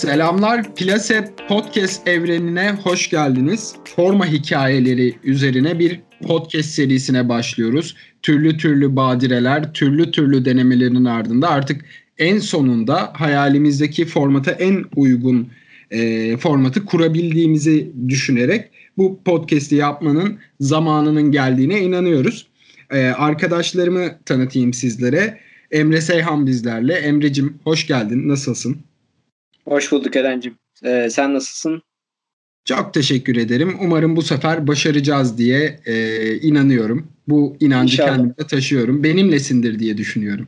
Selamlar, Plase Podcast evrenine hoş geldiniz. Forma hikayeleri üzerine bir podcast serisine başlıyoruz. Türlü türlü badireler, türlü türlü denemelerin ardında artık en sonunda hayalimizdeki formata en uygun formatı kurabildiğimizi düşünerek bu podcast'i yapmanın zamanının geldiğine inanıyoruz. Arkadaşlarımı tanıtayım sizlere. Emre Seyhan bizlerle. Emre'cim hoş geldin, nasılsın? Hoş bulduk Eren'cim. Sen nasılsın? Çok teşekkür ederim. Umarım bu sefer başaracağız diye inanıyorum. Bu inancı İnşallah. kendimde taşıyorum. Benimlesindir diye düşünüyorum.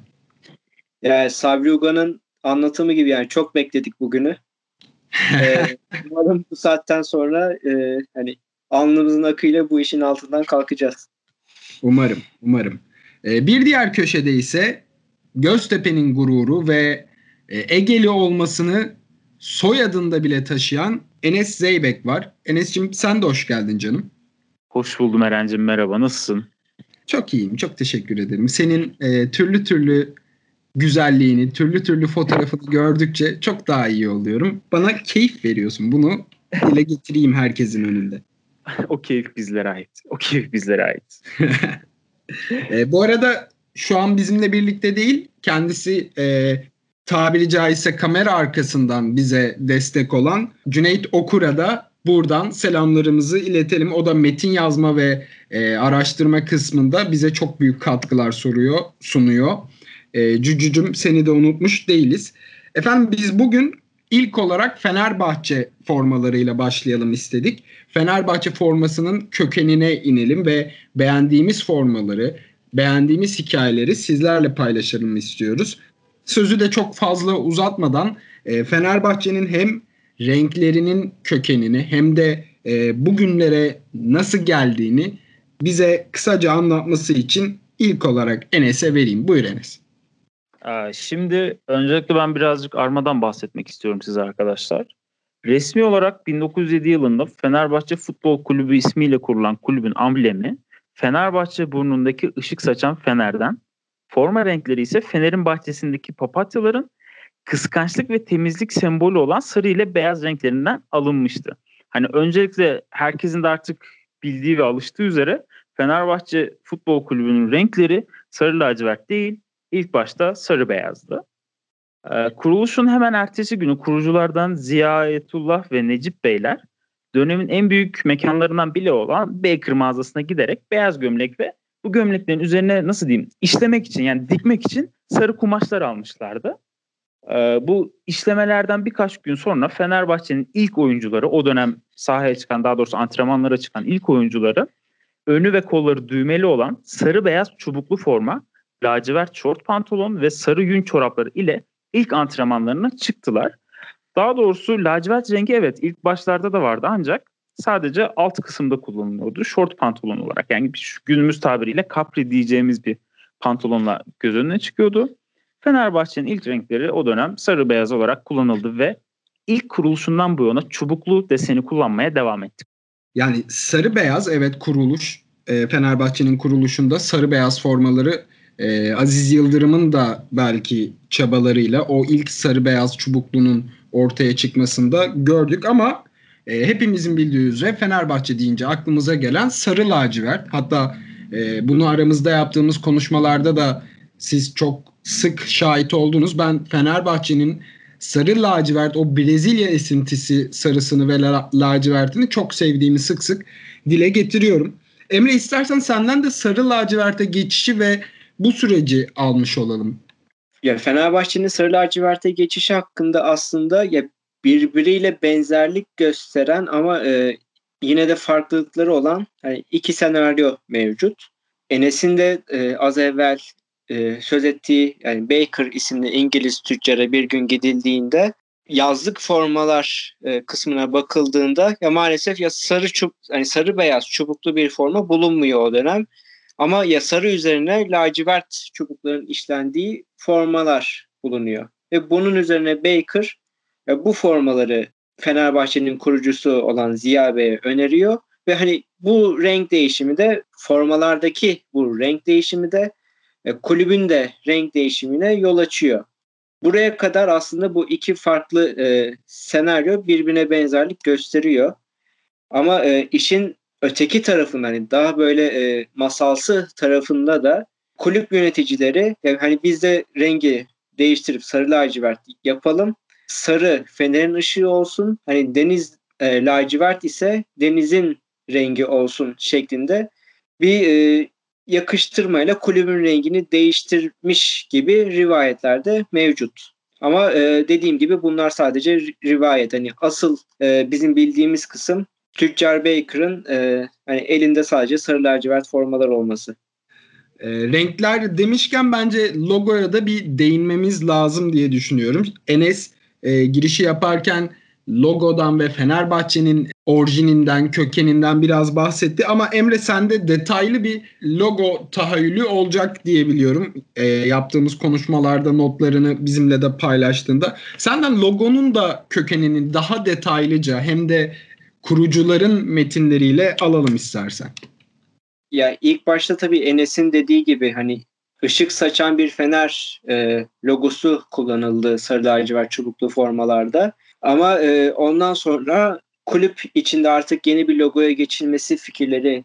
Sabri Uga'nın anlatımı gibi, yani çok bekledik bugünü. Umarım bu saatten sonra hani alnımızın akıyla bu işin altından kalkacağız. Umarım. Bir diğer köşede ise Göztepe'nin gururu ve Egeli olmasını soyadında bile taşıyan Enes Zeybek var. Enes'cim sen de hoş geldin canım. Hoş buldum Eren'cim, merhaba, nasılsın? Çok iyiyim, çok teşekkür ederim. Senin türlü türlü güzelliğini, türlü türlü fotoğrafını gördükçe çok daha iyi oluyorum. Bana keyif veriyorsun. Bunu dile getireyim herkesin önünde. O keyif bizlere ait. Bu arada şu an bizimle birlikte değil, kendisi tabiri caizse kamera arkasından bize destek olan Cüneyt Okur'a da buradan selamlarımızı iletelim. O da metin yazma ve araştırma kısmında bize çok büyük katkılar sunuyor. Cücücüm seni de unutmuş değiliz. Efendim biz bugün ilk olarak Fenerbahçe formalarıyla başlayalım istedik. Fenerbahçe formasının kökenine inelim ve beğendiğimiz formaları, beğendiğimiz hikayeleri sizlerle paylaşalım istiyoruz. Sözü de çok fazla uzatmadan Fenerbahçe'nin hem renklerinin kökenini hem de bugünlere nasıl geldiğini bize kısaca anlatması için ilk olarak Enes'e vereyim. Buyur Enes. Şimdi öncelikle ben birazcık Arma'dan bahsetmek istiyorum size arkadaşlar. Resmi olarak 1907 yılında Fenerbahçe Futbol Kulübü ismiyle kurulan kulübün amblemi Fenerbahçe burnundaki ışık saçan fenerden, forma renkleri ise Fener'in bahçesindeki papatyaların kıskançlık ve temizlik sembolü olan sarı ile beyaz renklerinden alınmıştı. Hani öncelikle herkesin de artık bildiği ve alıştığı üzere Fenerbahçe Futbol Kulübü'nün renkleri sarı lacivert değil, ilk başta sarı beyazdı. Kuruluşun hemen ertesi günü kuruculardan Ziyetullah ve Necip Beyler dönemin en büyük mekanlarından biri olan Baker mağazasına giderek beyaz gömlek ve bu gömleklerin üzerine nasıl diyeyim işlemek için, yani dikmek için sarı kumaşlar almışlardı. Bu işlemelerden birkaç gün sonra Fenerbahçe'nin ilk oyuncuları, o dönem sahaya çıkan, daha doğrusu antrenmanlara çıkan ilk oyuncuları, önü ve kolları düğmeli olan sarı beyaz çubuklu forma, lacivert şort pantolon ve sarı yün çorapları ile ilk antrenmanlarına çıktılar. Daha doğrusu lacivert rengi evet ilk başlarda da vardı, ancak sadece alt kısımda kullanılıyordu. Şort pantolon olarak, yani günümüz tabiriyle capri diyeceğimiz bir pantolonla göz önüne çıkıyordu. Fenerbahçe'nin ilk renkleri o dönem sarı beyaz olarak kullanıldı ve ilk kuruluşundan bu yana çubuklu deseni kullanmaya devam ettik. Yani sarı beyaz, evet, kuruluş Fenerbahçe'nin kuruluşunda sarı beyaz formaları Aziz Yıldırım'ın da belki çabalarıyla o ilk sarı beyaz çubuklunun ortaya çıkmasında gördük ama hepimizin bildiği üzere Fenerbahçe deyince aklımıza gelen sarı lacivert. Hatta bunu aramızda yaptığımız konuşmalarda da siz çok sık şahit oldunuz. Ben Fenerbahçe'nin sarı lacivert, o Brezilya esintisi sarısını ve lacivertini çok sevdiğimi sık sık dile getiriyorum. Emre, istersen senden de sarı laciverte geçişi ve bu süreci almış olalım. Ya Fenerbahçe'nin sarı laciverte geçişi hakkında aslında ya birbiriyle benzerlik gösteren ama yine de farklılıkları olan hani iki senaryo mevcut. Enes'in de az evvel söz ettiği, yani Baker isimli İngiliz tüccara bir gün gidildiğinde yazlık formalar kısmına bakıldığında ya maalesef ya sarı beyaz çubuklu bir forma bulunmuyor o dönem. Ama ya sarı üzerine lacivert çubukların işlendiği formalar bulunuyor. Ve bunun üzerine Baker bu formaları Fenerbahçe'nin kurucusu olan Ziya Bey'e öneriyor. Ve hani bu renk değişimi de, formalardaki bu renk değişimi de kulübün de renk değişimine yol açıyor. buraya kadar aslında bu iki farklı senaryo birbirine benzerlik gösteriyor. Ama işin öteki tarafında hani daha böyle masalsı tarafında da kulüp yöneticileri yani hani biz de rengi değiştirip sarı lacivert yapalım. Sarı Fener'in ışığı olsun. Hani deniz lacivert ise denizin rengi olsun şeklinde bir yakıştırmayla kulübün rengini değiştirmiş gibi rivayetlerde mevcut. Ama dediğim gibi bunlar sadece rivayet. Hani asıl bizim bildiğimiz kısım Tüccar Baker'ın hani elinde sadece sarı lacivert formalar olması. Renkler demişken bence logoya da bir değinmemiz lazım diye düşünüyorum. Enes girişi yaparken logodan ve Fenerbahçe'nin orijininden, kökeninden biraz bahsetti. Ama Emre sende detaylı bir logo tahayyülü olacak diye biliyorum. Yaptığımız konuşmalarda notlarını bizimle de paylaştığında. Senden logonun da kökenini daha detaylıca hem de kurucuların metinleriyle alalım istersen. Ya ilk başta tabii Enes'in dediği gibi hani ışık saçan bir fener logosu kullanıldı sarı lacivert çubuklu formalarda. Ama ondan sonra kulüp içinde artık yeni bir logoya geçilmesi fikirleri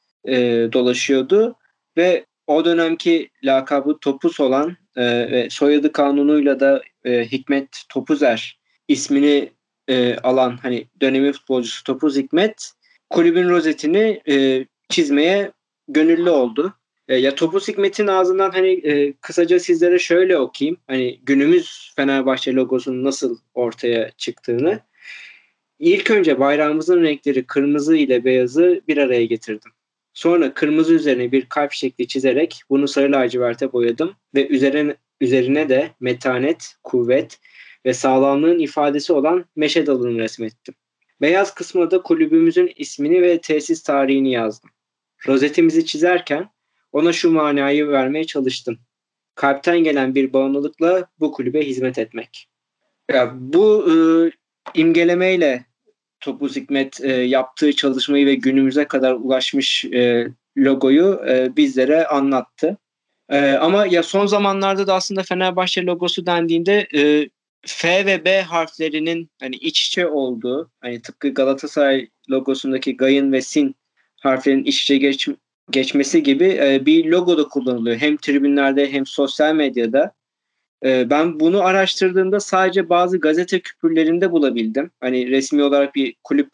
dolaşıyordu. Ve o dönemki lakabı Topuz olan ve soyadı kanunuyla da Hikmet Topuzer ismini alan hani dönemin futbolcusu Topuz Hikmet kulübün rozetini çizmeye gönüllü oldu. Ya Topuz Hikmet'in ağzından hani kısaca sizlere şöyle okuyayım. Hani günümüz Fenerbahçe logosunun nasıl ortaya çıktığını. İlk önce bayrağımızın renkleri kırmızı ile beyazı bir araya getirdim. Sonra kırmızı üzerine bir kalp şekli çizerek bunu sarı laciverte boyadım ve üzerine de metanet, kuvvet ve sağlamlığın ifadesi olan meşe dalını resmettim. Beyaz kısmına da kulübümüzün ismini ve tesis tarihini yazdım. Rozetimizi çizerken ona şu manayı vermeye çalıştım. Kalpten gelen bir bağımlılıkla bu kulübe hizmet etmek. Ya bu imgelemeyle Topuz Hikmet yaptığı çalışmayı ve günümüze kadar ulaşmış logoyu bizlere anlattı. Ama ya son zamanlarda da aslında Fenerbahçe logosu dendiğinde F ve B harflerinin hani iç içe olduğu, hani tıpkı Galatasaray logosundaki Gayın ve Sin harflerinin iç içe geçmesi gibi bir logo da kullanılıyor. Hem tribünlerde hem sosyal medyada. Ben bunu araştırdığımda sadece bazı gazete küpürlerinde bulabildim. Hani resmi olarak bir kulüp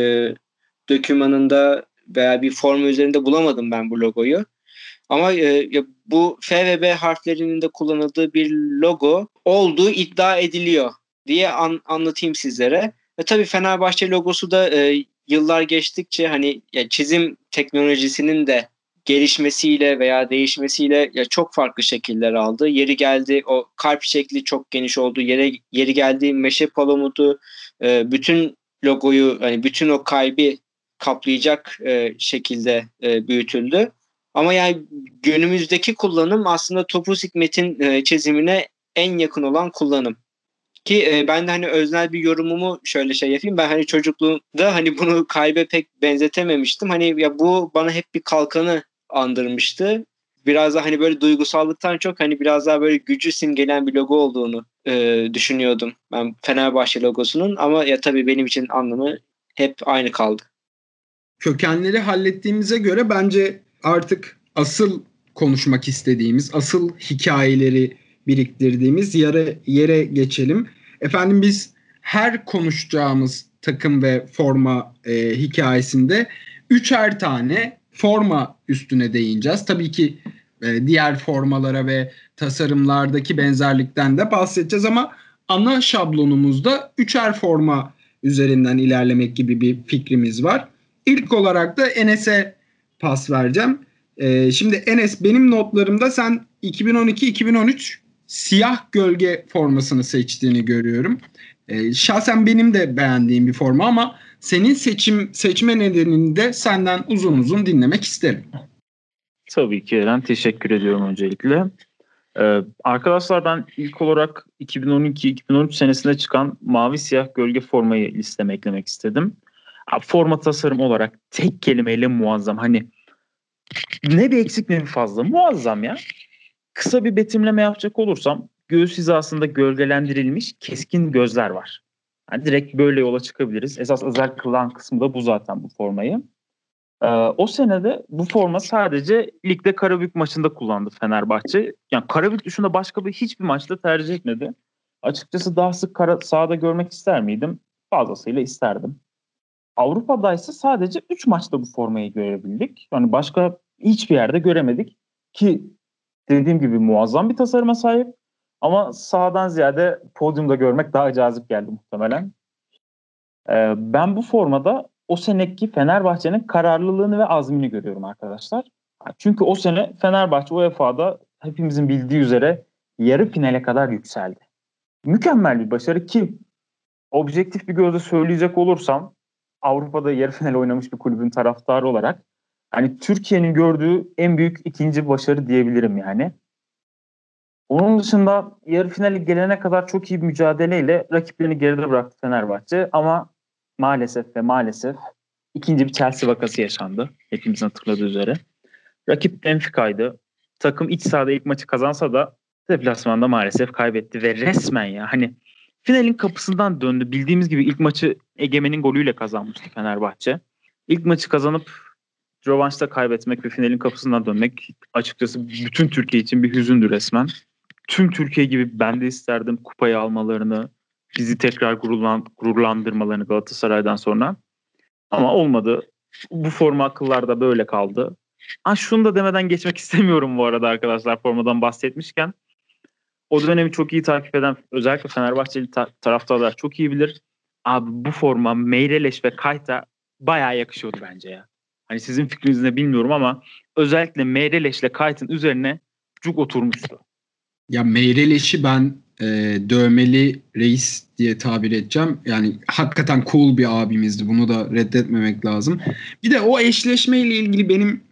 dokümanında veya bir form üzerinde bulamadım ben bu logoyu. Ama bu F ve B harflerinin de kullanıldığı bir logo olduğu iddia ediliyor diye anlatayım sizlere. Ve tabii Fenerbahçe logosu da yıllar geçtikçe hani ya çizim teknolojisinin de gelişmesiyle veya değişmesiyle ya çok farklı şekiller aldı. Yeri geldi o kalp şekli çok geniş oldu. Yeri geldi meşe palamudu bütün logoyu hani bütün o kalbi kaplayacak şekilde büyütüldü. Ama yani günümüzdeki kullanım aslında Topuz Hikmet'in çizimine en yakın olan kullanım. Ki ben de hani öznel bir yorumumu şöyle yapayım. Ben hani çocukluğumda hani bunu kalbe pek benzetememiştim. Hani ya bu bana hep bir kalkanı andırmıştı. Biraz daha hani böyle duygusallıktan çok hani biraz daha böyle gücü simgeleyen bir logo olduğunu düşünüyordum ben Fenerbahçe logosunun. Ama ya tabii benim için anlamı hep aynı kaldı. Kökenleri hallettiğimize göre bence artık asıl konuşmak istediğimiz, asıl hikayeleri biriktirdiğimiz yere geçelim. Efendim biz her konuşacağımız takım ve forma hikayesinde 3'er tane forma üstüne değineceğiz. Tabii ki diğer formalara ve tasarımlardaki benzerlikten de bahsedeceğiz ama ana şablonumuzda 3'er forma üzerinden ilerlemek gibi bir fikrimiz var. İlk olarak da Enes'e pas vereceğim. Şimdi Enes benim notlarımda sen 2012-2013 siyah gölge formasını seçtiğini görüyorum. Şahsen benim de beğendiğim bir forma ama senin seçme nedenini de senden uzun uzun dinlemek isterim. Tabii ki Eren. Teşekkür ediyorum öncelikle. Arkadaşlar ben ilk olarak 2012-2013 senesinde çıkan mavi siyah gölge formayı listeme eklemek istedim. Forma tasarım olarak tek kelimeyle muazzam. Hani ne bir eksik ne bir fazla. Muazzam ya. Kısa bir betimleme yapacak olursam göğüs hizasında gölgelendirilmiş keskin gözler var. Yani direkt böyle yola çıkabiliriz. Esas özel kılan kısmı da bu zaten bu formayı. O senede bu forma sadece ligde Karabük maçında kullandı Fenerbahçe. Yani Karabük dışında başka hiçbir maçta tercih etmedi. Açıkçası daha sık sahada görmek ister miydim? Fazlasıyla isterdim. Avrupa'da ise sadece 3 maçta bu formayı görebildik. Yani başka hiçbir yerde göremedik. Ki dediğim gibi muazzam bir tasarıma sahip. Ama sahadan ziyade podyumda görmek daha cazip geldi muhtemelen. Ben bu formada o seneki Fenerbahçe'nin kararlılığını ve azmini görüyorum arkadaşlar. Çünkü o sene Fenerbahçe UEFA'da hepimizin bildiği üzere yarı finale kadar yükseldi. Mükemmel bir başarı ki objektif bir gözle söyleyecek olursam Avrupa'da yarı final oynamış bir kulübün taraftarı olarak hani Türkiye'nin gördüğü en büyük ikinci başarı diyebilirim yani. Onun dışında yarı finale gelene kadar çok iyi bir mücadeleyle rakiplerini geride bıraktı Fenerbahçe ama maalesef ikinci bir Chelsea vakası yaşandı. Hepimizin hatırladığı üzere. Rakip Benfica'ydı. Takım iç sahada ilk maçı kazansa da deplasmanda maalesef kaybetti ve resmen ya hani finalin kapısından döndü. Bildiğimiz gibi ilk maçı Egemen'in golüyle kazanmıştı Fenerbahçe. İlk maçı kazanıp rövanşta kaybetmek ve finalin kapısından dönmek açıkçası bütün Türkiye için bir hüzündü resmen. Tüm Türkiye gibi ben de isterdim kupayı almalarını, bizi tekrar gururlandırmalarını Galatasaray'dan sonra. Ama olmadı. Bu forma akıllarda böyle kaldı. Şunu da demeden geçmek istemiyorum bu arada arkadaşlar formadan bahsetmişken. O dönemi çok iyi takip eden özellikle Fenerbahçeli taraftarlar çok iyi bilir. Abi bu forma Meireles ve Kayta bayağı yakışıyordu bence ya. Hani sizin fikrinizi ne bilmiyorum ama özellikle Meireles ile Kayt'ın üzerine cuk oturmuştu. Ya Meireles'i ben dövmeli reis diye tabir edeceğim. Yani hakikaten cool bir abimizdi. Bunu da reddetmemek lazım. Bir de o eşleşmeyle ilgili benim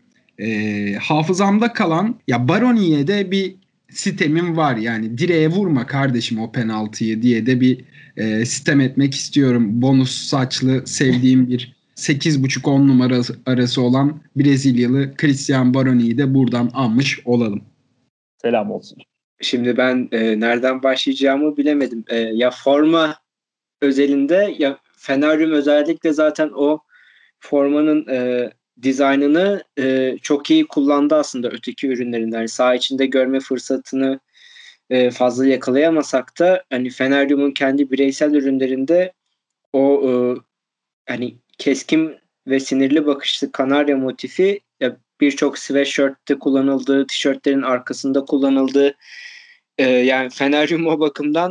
hafızamda kalan ya Baroni'ye bir sitemim var. Yani direğe vurma kardeşim o penaltıyı diye de bir sitem etmek istiyorum. Bonus saçlı sevdiğim bir 8,5-10 numara arası olan Brezilyalı Christian Baroni'yi de buradan anmış olalım. Selam olsun. Şimdi ben nereden başlayacağımı bilemedim. Ya forma özelinde ya Feneryum özellikle zaten o formanın dizaynını çok iyi kullandı aslında öteki ürünlerinden. Yani saha içinde görme fırsatını fazla yakalayamasak da hani Feneryum'un kendi bireysel ürünlerinde o hani keskin ve sinirli bakışlı kanarya motifi birçok sweatshirt'te kullanıldığı, tişörtlerin arkasında kullanıldığı yani Feneryum o bakımdan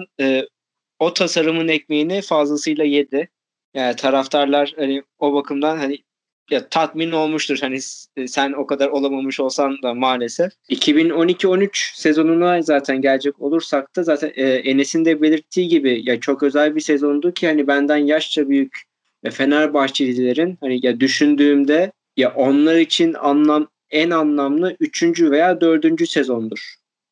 o tasarımın ekmeğini fazlasıyla yedi. Yani taraftarlar hani o bakımdan hani ya tatmin olmuştur. Hani sen o kadar olamamış olsan da maalesef. 2012-13 sezonuna zaten gelecek olursak da zaten Enes'in de belirttiği gibi ya çok özel bir sezondu ki hani benden yaşça büyük Fenerbahçelilerin hani ya düşündüğümde ya onlar için en anlamlı 3. veya 4. sezondur.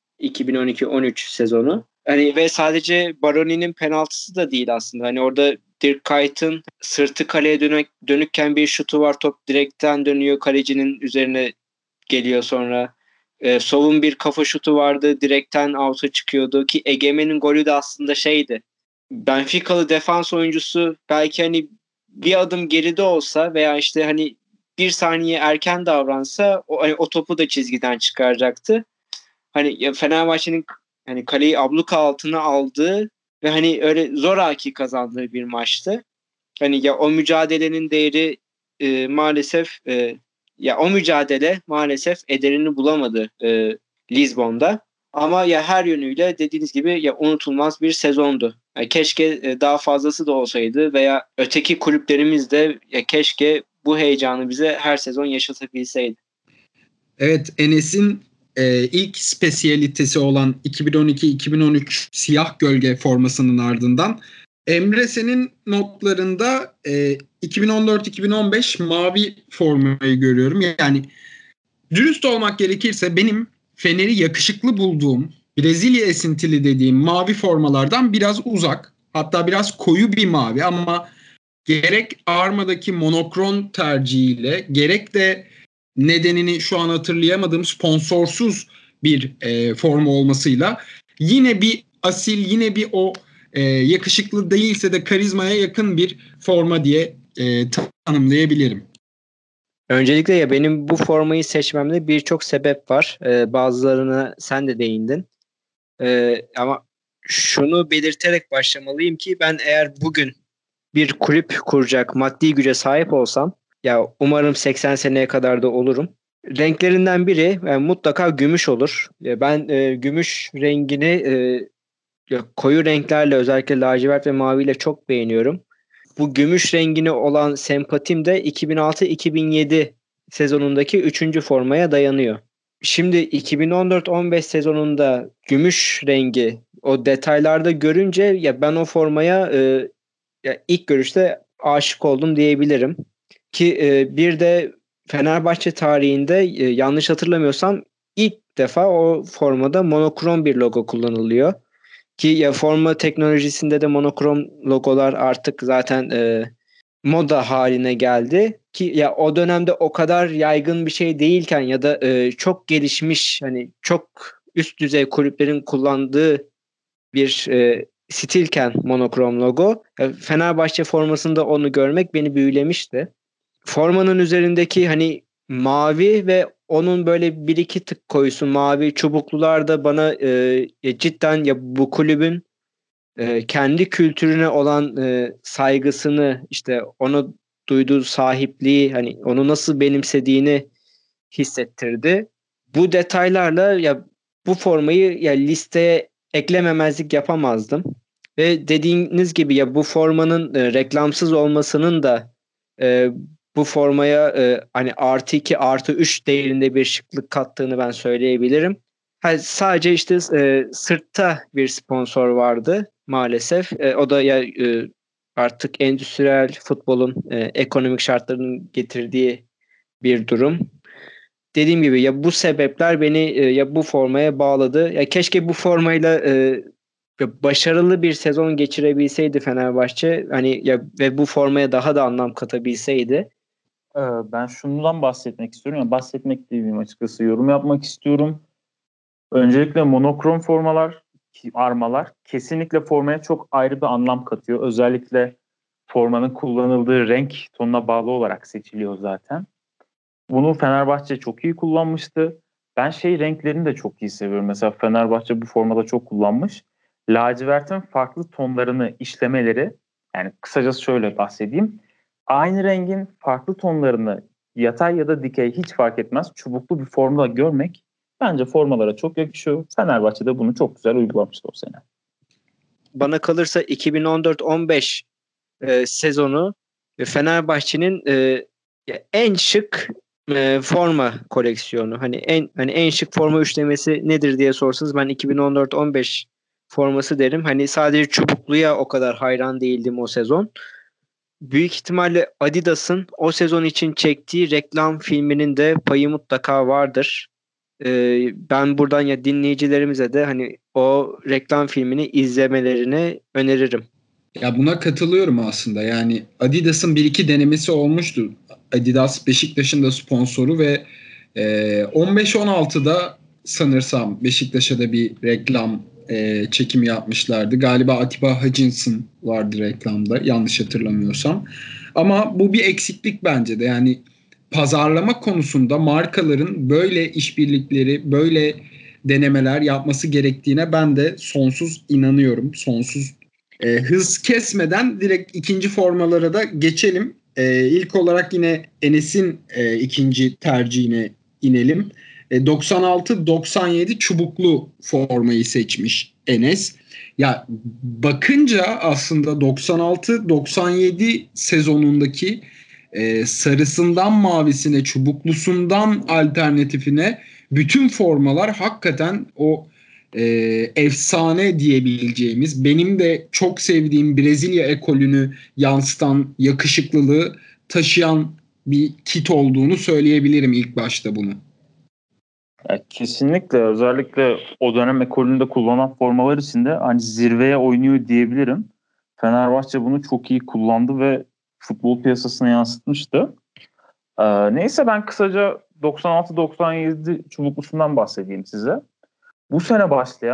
2012-13 sezonu. Hani ve sadece Baroni'nin penaltısı da değil aslında. Hani orada Dirk Kuyt'ın sırtı kaleye dönükken bir şutu var. Top direkten dönüyor. Kalecinin üzerine geliyor sonra. Sov'un bir kafa şutu vardı. Direkten out'a çıkıyordu ki Egemen'in golü de aslında şeydi. Benficalı defans oyuncusu belki hani bir adım geride olsa veya işte hani bir saniye erken davransa o topu da çizgiden çıkaracaktı. Hani Fenerbahçe'nin hani kaleyi abluka altına aldığı ve hani öyle zoraki kazandığı bir maçtı. Hani ya o mücadelenin değeri maalesef ya o mücadele maalesef ederini bulamadı Lizbon'da. Ama ya her yönüyle dediğiniz gibi ya unutulmaz bir sezondu. Yani keşke daha fazlası da olsaydı veya öteki kulüplerimiz de ya keşke bu heyecanı bize her sezon yaşatabilseydi. Evet, Enes'in ilk spesiyalitesi olan 2012-2013 siyah gölge formasının ardından Emre senin notlarında 2014-2015 mavi formayı görüyorum. Yani dürüst olmak gerekirse benim Fener'i yakışıklı bulduğum Brezilya esintili dediğim mavi formalardan biraz uzak. Hatta biraz koyu bir mavi ama gerek armadaki monokrom tercihiyle gerek de nedenini şu an hatırlayamadığım sponsorsuz bir forma olmasıyla yine bir asil, yine bir o yakışıklı değilse de karizmaya yakın bir forma diye tanımlayabilirim. Öncelikle ya benim bu formayı seçmemde birçok sebep var. Bazılarına sen de değindin. Ama şunu belirterek başlamalıyım ki ben eğer bugün bir kulüp kuracak maddi güce sahip olsam, ya umarım 80 seneye kadar da olurum. Renklerinden biri mutlaka gümüş olur. Ben gümüş rengini koyu renklerle, özellikle lacivert ve maviyle çok beğeniyorum. Bu gümüş rengine olan sempatim de 2006-2007 sezonundaki 3. formaya dayanıyor. Şimdi 2014-15 sezonunda gümüş rengi o detaylarda görünce ya ben o formaya ya ilk görüşte aşık oldum diyebilirim. Ki bir de Fenerbahçe tarihinde yanlış hatırlamıyorsam ilk defa o formada monokrom bir logo kullanılıyor. Ki ya forma teknolojisinde de monokrom logolar artık zaten moda haline geldi. Ki ya o dönemde o kadar yaygın bir şey değilken ya da çok gelişmiş, hani çok üst düzey kulüplerin kullandığı bir stilken monokrom logo. Fenerbahçe formasında onu görmek beni büyülemişti. Formanın üzerindeki hani mavi ve onun böyle bir iki tık koyusu mavi çubuklular da bana cidden ya bu kulübün kendi kültürüne olan saygısını, işte ona duyduğu sahipliği, hani onu nasıl benimsediğini hissettirdi. Bu detaylarla ya bu formayı ya listeye eklememezlik yapamazdım. Ve dediğiniz gibi ya bu formanın reklamsız olmasının da e, bu formaya hani +2 +3 değerinde bir şıklık kattığını ben söyleyebilirim. Sadece işte sırtta bir sponsor vardı maalesef. O da ya artık endüstriyel futbolun ekonomik şartlarının getirdiği bir durum. Dediğim gibi ya bu sebepler beni ya bu formaya bağladı. Ya keşke bu formayla başarılı bir sezon geçirebilseydi Fenerbahçe. Hani ya ve bu formaya daha da anlam katabilseydi. Ben şundan bahsetmek istiyorum. Yani bahsetmek değil açıkçası. Yorum yapmak istiyorum. Öncelikle monokrom formalar, armalar kesinlikle formaya çok ayrı bir anlam katıyor. Özellikle formanın kullanıldığı renk tonuna bağlı olarak seçiliyor zaten. Bunu Fenerbahçe çok iyi kullanmıştı. Ben renklerini de çok iyi seviyorum. Mesela Fenerbahçe bu formada çok kullanmış. Lacivertin farklı tonlarını işlemeleri, yani kısacası şöyle bahsedeyim. Aynı rengin farklı tonlarını yatay ya da dikey hiç fark etmez çubuklu bir formda görmek bence formalara çok yakışıyor. Fenerbahçe de bunu çok güzel uygulamıştı o sene. Bana kalırsa 2014-15 sezonu Fenerbahçe'nin en şık forma koleksiyonu. Hani en şık forma üçlemesi nedir diye sorsanız ben 2014-15 forması derim. Hani sadece çubukluya o kadar hayran değildim o sezon. Büyük ihtimalle Adidas'ın o sezon için çektiği reklam filminin de payı mutlaka vardır. Ben buradan ya dinleyicilerimize de hani o reklam filmini izlemelerini öneririm. Ya buna katılıyorum aslında. Yani Adidas'ın bir iki denemesi olmuştu. Adidas Beşiktaş'ın da sponsoru ve 15-16'da sanırsam Beşiktaş'a da bir reklam çekimi yapmışlardı. Galiba Atiba Hutchinson vardı reklamda, yanlış hatırlamıyorsam. Ama bu bir eksiklik bence de. Yani pazarlama konusunda markaların böyle işbirlikleri, böyle denemeler yapması gerektiğine ben de sonsuz inanıyorum. Sonsuz hız kesmeden direkt ikinci formalara da geçelim. İlk olarak yine Enes'in ikinci tercihine inelim. 96-97 çubuklu formayı seçmiş Enes. Ya bakınca aslında 96-97 sezonundaki sarısından mavisine, çubuklusundan alternatifine bütün formalar hakikaten o efsane diyebileceğimiz, benim de çok sevdiğim Brezilya ekolünü yansıtan, yakışıklılığı taşıyan bir kit olduğunu söyleyebilirim ilk başta bunu. Ya kesinlikle, özellikle o dönem ekolünde kullanan formalar içinde hani zirveye oynuyor diyebilirim. Fenerbahçe bunu çok iyi kullandı ve futbol piyasasına yansıtmıştı. Neyse ben kısaca 96-97 çubuklusundan bahsedeyim size. Bu sene başlayan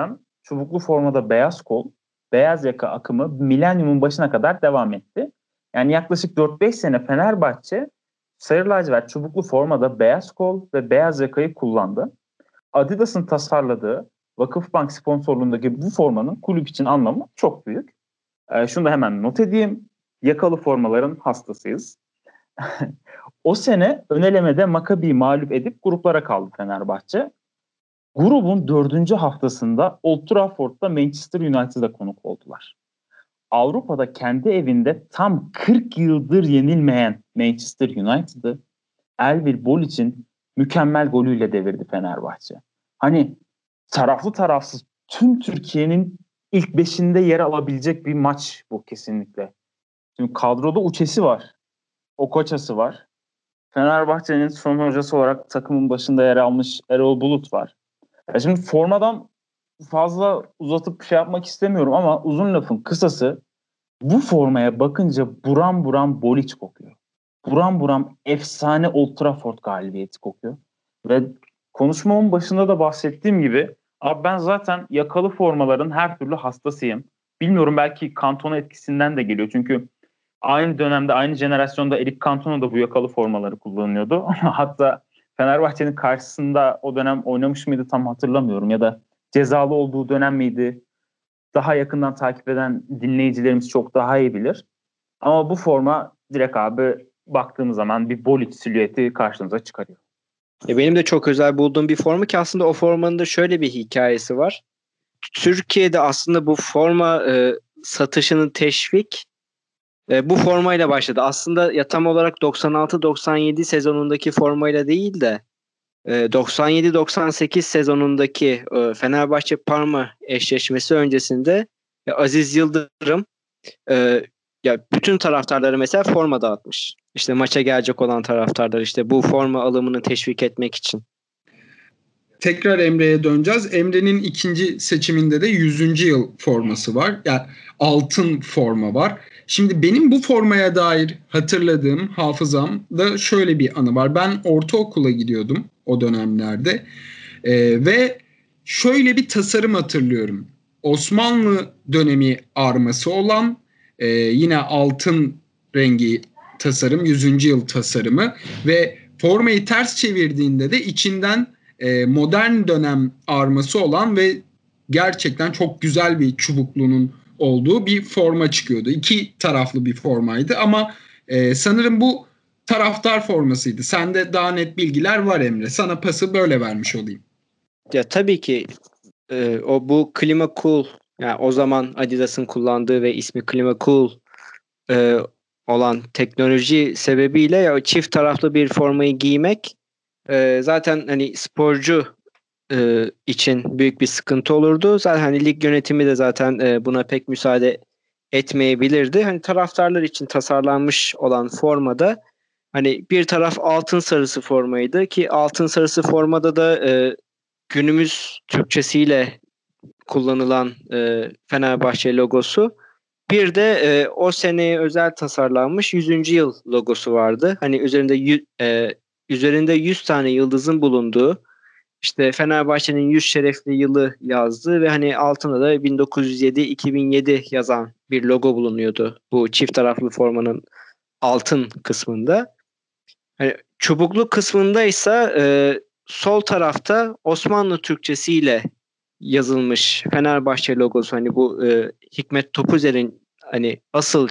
çubuklu formada beyaz kol, beyaz yaka akımı milenyumun başına kadar devam etti. Yani yaklaşık 4-5 sene Fenerbahçe sarı lacivert çubuklu formada beyaz kol ve beyaz yakayı kullandı. Adidas'ın tasarladığı Vakıfbank sponsorluğundaki bu formanın kulüp için anlamı çok büyük. Şunu da hemen not edeyim. Yakalı formaların hastasıyız. O sene ön elemede Maccabi'yi mağlup edip gruplara kaldı Fenerbahçe. Grubun 4. haftasında Old Trafford'da Manchester United'a konuk oldular. Avrupa'da kendi evinde tam 40 yıldır yenilmeyen Manchester United'ı Elvir Bolic'in mükemmel golüyle devirdi Fenerbahçe. Hani taraflı tarafsız tüm Türkiye'nin ilk 5'inde yer alabilecek bir maç bu kesinlikle. Şimdi kadroda Uçesi var. Okoçası var. Fenerbahçe'nin son hocası olarak takımın başında yer almış Erol Bulut var. Şimdi formadan fazla uzatıp şey yapmak istemiyorum ama uzun lafın kısası bu formaya bakınca buram buram Boliç kokuyor. Buram buram efsane Old Trafford galibiyeti kokuyor. Ve konuşmamın başında da bahsettiğim gibi abi ben zaten yakalı formaların her türlü hastasıyım. Bilmiyorum belki Cantona etkisinden de geliyor. Çünkü aynı dönemde aynı jenerasyonda Eric Cantona da bu yakalı formaları kullanıyordu. Hatta Fenerbahçe'nin karşısında o dönem oynamış mıydı tam hatırlamıyorum ya da cezalı olduğu dönem miydi? Daha yakından takip eden dinleyicilerimiz çok daha iyi bilir. Ama bu forma direkt abi baktığımız zaman bir Boliç silüeti karşınıza çıkarıyor. Benim de çok özel bulduğum bir forma ki aslında o formanın da şöyle bir hikayesi var. Türkiye'de aslında bu forma satışının teşvik bu formayla başladı. Aslında ya tam olarak 96-97 sezonundaki formayla değil de 97-98 sezonundaki Fenerbahçe Parma eşleşmesi öncesinde Aziz Yıldırım ya bütün taraftarları mesela forma dağıtmış. İşte maça gelecek olan taraftarlar işte bu forma alımını teşvik etmek için. Tekrar Emre'ye döneceğiz. Emre'nin ikinci seçiminde de 100. yıl forması var. Yani altın forma var. Şimdi benim bu formaya dair hatırladığım hafızamda şöyle bir anı var. Ben ortaokula gidiyordum o dönemlerde. Ve şöyle bir tasarım hatırlıyorum. Osmanlı dönemi arması olan yine altın rengi tasarım, 100. yıl tasarımı ve formayı ters çevirdiğinde de içinden modern dönem arması olan ve gerçekten çok güzel bir çubuklunun olduğu bir forma çıkıyordu. İki taraflı bir formaydı ama sanırım bu taraftar formasıydı. Sende daha net bilgiler var Emre. Sana pası böyle vermiş olayım. Ya tabii ki bu Klima Cool yani o zaman Adidas'ın kullandığı ve ismi Klima Cool olan teknoloji sebebiyle ya çift taraflı bir formayı giymek zaten hani sporcu için büyük bir sıkıntı olurdu. Zaten hani lig yönetimi de zaten buna pek müsaade etmeyebilirdi. Hani taraftarlar için tasarlanmış olan formada hani bir taraf altın sarısı formaydı ki altın sarısı formada da günümüz Türkçesiyle kullanılan Fenerbahçe logosu. Bir de o seneye özel tasarlanmış 100. yıl logosu vardı. Hani üzerinde 100 tane yıldızın bulunduğu işte Fenerbahçe'nin 100 şerefli yılı yazdığı ve hani altında da 1907-2007 yazan bir logo bulunuyordu. Bu çift taraflı formanın altın kısmında. Hani çubuklu kısmında ise sol tarafta Osmanlı Türkçesiyle yazılmış Fenerbahçe logosu. Hani bu Hikmet Topuzer'in hani asıl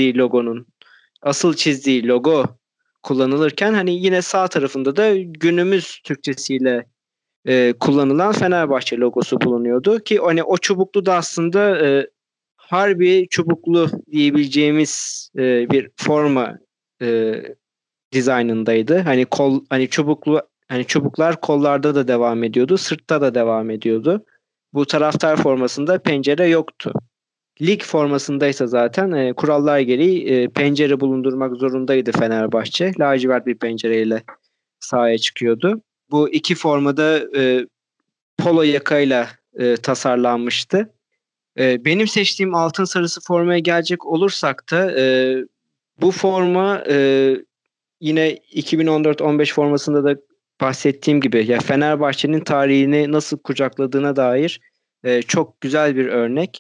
çizdiği logo kullanılırken hani yine sağ tarafında da günümüz Türkçesiyle kullanılan Fenerbahçe logosu bulunuyordu ki hani o çubuklu da aslında harbi çubuklu diyebileceğimiz bir forma dizaynındaydı. Hani çubuklar kollarda da devam ediyordu, sırtta da devam ediyordu. Bu taraftar formasında pencere yoktu. Lig formasındaysa zaten kurallar gereği pencere bulundurmak zorundaydı Fenerbahçe. Lacivert bir pencereyle sahaya çıkıyordu. Bu iki formada polo yakayla tasarlanmıştı. Benim seçtiğim altın sarısı formaya gelecek olursak da bu forma yine 2014-15 formasında da bahsettiğim gibi ya Fenerbahçe'nin tarihini nasıl kucakladığına dair çok güzel bir örnek.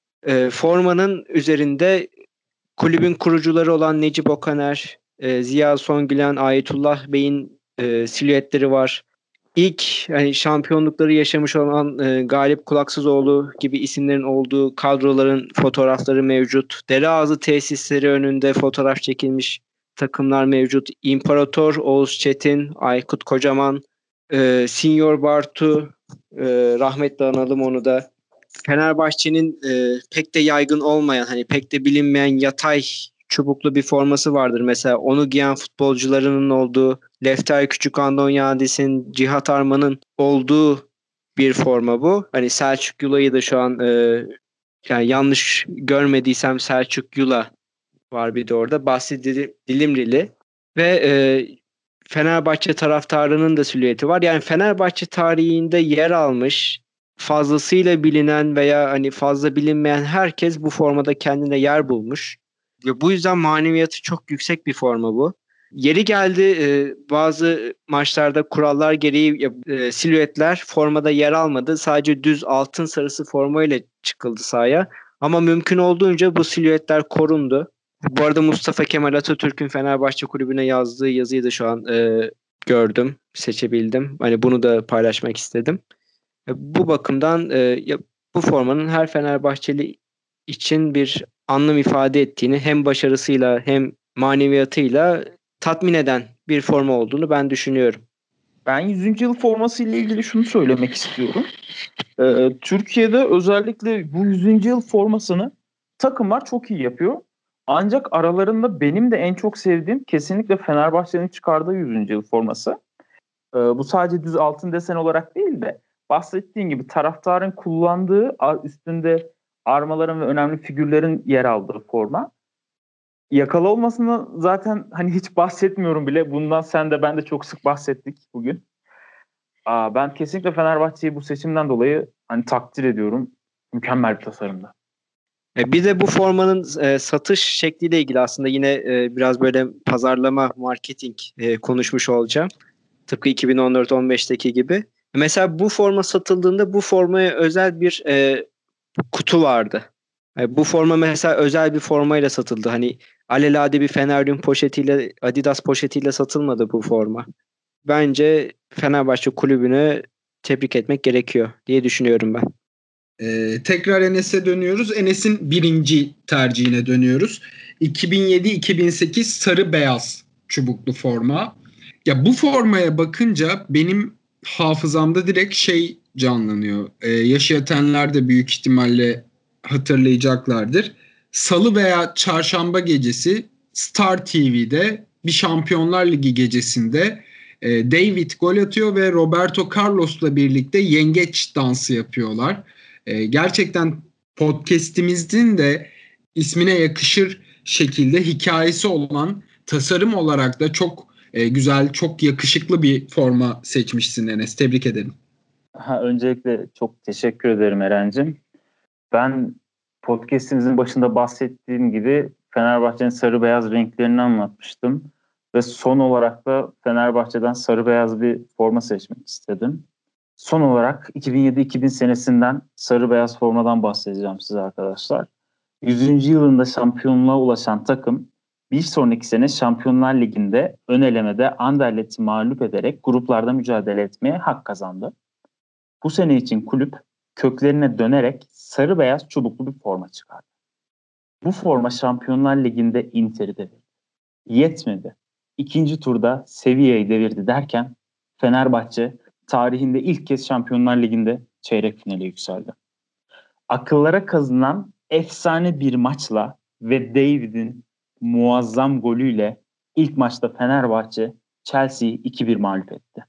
Formanın üzerinde kulübün kurucuları olan Necip Okaner, Ziya Songülen, Ayetullah Bey'in silüetleri var. İlk hani şampiyonlukları yaşamış olan Galip Kulaksızoğlu gibi isimlerin olduğu kadroların fotoğrafları mevcut. Dereazı tesisleri önünde fotoğraf çekilmiş takımlar mevcut. İmparator Oğuz Çetin, Aykut Kocaman, Senior Bartu, rahmetle analım onu da. Fenerbahçe'nin pek de yaygın olmayan, hani pek de bilinmeyen yatay çubuklu bir forması vardır. Mesela onu giyen futbolcularının olduğu, Lefter Küçük Andonyadis'in, Cihat Arman'ın olduğu bir forma bu. Hani Selçuk Yula'yı da şu an yani yanlış görmediysem Selçuk Yula var bir de orada. Bahsi Dilimrili ve Fenerbahçe taraftarının da silüeti var. Yani Fenerbahçe tarihinde yer almış, fazlasıyla bilinen veya hani fazla bilinmeyen herkes bu formada kendine yer bulmuş. Ve bu yüzden maneviyatı çok yüksek bir forma bu. Yeri geldi bazı maçlarda kurallar gereği silüetler formada yer almadı. Sadece düz altın sarısı formayla çıkıldı sahaya. Ama mümkün olduğunca bu silüetler korundu. Bu arada Mustafa Kemal Atatürk'ün Fenerbahçe Kulübü'ne yazdığı yazıyı da şu an gördüm, seçebildim. Hani bunu da paylaşmak istedim. Bu bakımdan bu formanın her Fenerbahçeli için bir anlam ifade ettiğini, hem başarısıyla hem maneviyatıyla tatmin eden bir forma olduğunu ben düşünüyorum. Ben 100. yıl forması ile ilgili şunu söylemek istiyorum. Türkiye'de özellikle bu 100. yıl formasını takımlar çok iyi yapıyor. Ancak aralarında benim de en çok sevdiğim kesinlikle Fenerbahçe'nin çıkardığı 100. yıl forması. Bu sadece düz altın desen olarak değil de bahsettiğin gibi taraftarın kullandığı, üstünde armaların ve önemli figürlerin yer aldığı forma. Yakalı olmasını zaten hani hiç bahsetmiyorum bile. Bundan sen de ben de çok sık bahsettik bugün. Ben kesinlikle Fenerbahçe'yi bu seçimden dolayı hani takdir ediyorum. Mükemmel bir tasarımda. Bir de bu formanın satış şekliyle ilgili aslında yine biraz böyle pazarlama, marketing konuşmuş olacağım. Tıpkı 2014-15'teki gibi. Mesela bu forma satıldığında bu formaya özel bir kutu vardı. Bu forma mesela özel bir formayla satıldı. Hani alelade bir Fenerbahçe poşetiyle, Adidas poşetiyle satılmadı bu forma. Bence Fenerbahçe kulübünü tebrik etmek gerekiyor diye düşünüyorum ben. Tekrar Enes'e dönüyoruz. Enes'in birinci tercihine dönüyoruz. 2007-2008 sarı beyaz çubuklu forma. Ya bu formaya bakınca benim hafızamda direkt şey canlanıyor. Yaşayanlar da büyük ihtimalle hatırlayacaklardır. Salı veya çarşamba gecesi Star TV'de bir Şampiyonlar Ligi gecesinde David gol atıyor ve Roberto Carlos'la birlikte yengeç dansı yapıyorlar. Gerçekten podcast'imizin de ismine yakışır şekilde hikayesi olan, tasarım olarak da çok güzel, çok yakışıklı bir forma seçmişsin Enes. Tebrik ederim. Öncelikle çok teşekkür ederim Eren'cim. Ben podcast'imizin başında bahsettiğim gibi Fenerbahçe'nin sarı beyaz renklerini anlatmıştım. Ve son olarak da Fenerbahçe'den sarı beyaz bir forma seçmek istedim. Son olarak 2007-2000 senesinden sarı beyaz formadan bahsedeceğim size arkadaşlar. 100. yılında şampiyonluğa ulaşan takım bir sonraki sene Şampiyonlar Ligi'nde ön elemede Anderlet'i mağlup ederek gruplarda mücadele etmeye hak kazandı. Bu sene için kulüp köklerine dönerek sarı beyaz çubuklu bir forma çıkardı. Bu forma Şampiyonlar Ligi'nde Inter'i devirdi. Yetmedi. İkinci turda Sevilla'yı devirdi derken Fenerbahçe tarihinde ilk kez Şampiyonlar Ligi'nde çeyrek finale yükseldi. Akıllara kazınan efsane bir maçla ve David'in muazzam golüyle ilk maçta Fenerbahçe Chelsea'yi 2-1 mağlup etti.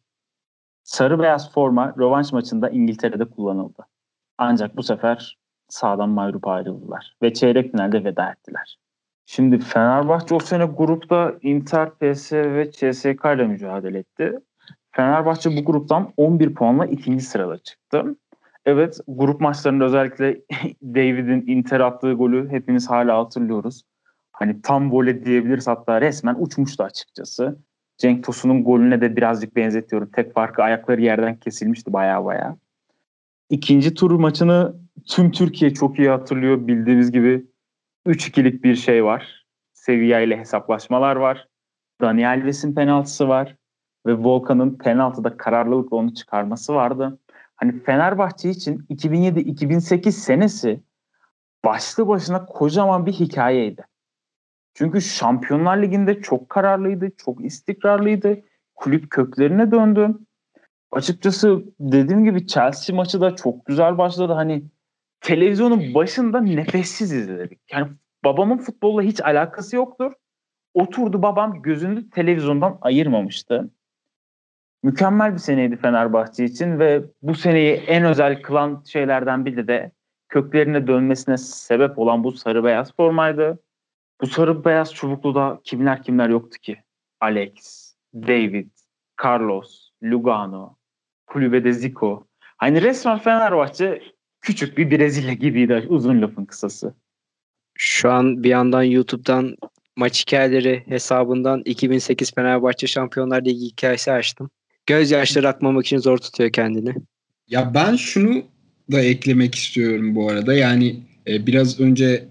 Sarı beyaz forma rövanş maçında İngiltere'de kullanıldı. Ancak bu sefer sahadan mağlup ayrıldılar ve çeyrek finalde veda ettiler. Şimdi Fenerbahçe o sene grupta Inter, PSV ve CSK ile mücadele etti. Fenerbahçe bu gruptan 11 puanla ikinci sırada çıktı. Evet, grup maçlarında özellikle David'in Inter attığı golü hepimiz hala hatırlıyoruz. Hani tam voley diyebiliriz, hatta resmen uçmuştu açıkçası. Cenk Tosun'un golüne de birazcık benzetiyorum. Tek farkı ayakları yerden kesilmişti baya. İkinci tur maçını tüm Türkiye çok iyi hatırlıyor. Bildiğimiz gibi 3-2'lik bir şey var. Sevilla ile hesaplaşmalar var. Dani Alves'in penaltısı var. Ve Volkan'ın penaltıda kararlılıkla onu çıkarması vardı. Hani Fenerbahçe için 2007-2008 senesi başlı başına kocaman bir hikayeydi. Çünkü Şampiyonlar Ligi'nde çok kararlıydı, çok istikrarlıydı. Kulüp köklerine döndü. Açıkçası dediğim gibi Chelsea maçı da çok güzel başladı. Hani televizyonun başında nefessiz izledik. Yani babamın futbolla hiç alakası yoktur. Oturdu babam gözünü televizyondan ayırmamıştı. Mükemmel bir seneydi Fenerbahçe için ve bu seneyi en özel kılan şeylerden biri de köklerine dönmesine sebep olan bu sarı beyaz formaydı. Bu sarı beyaz çubukluda kimler yoktu ki? Alex, David, Carlos, Lugano, kulübede Zico. Hani resmen Fenerbahçe küçük bir Brezilya gibiydi, uzun lafın kısası. Şu an bir yandan YouTube'dan maç hikayeleri hesabından 2008 Fenerbahçe Şampiyonlar Ligi hikayesi açtım. Gözyaşları akmamak için zor tutuyor kendini. Ya ben şunu da eklemek istiyorum bu arada. Yani biraz önce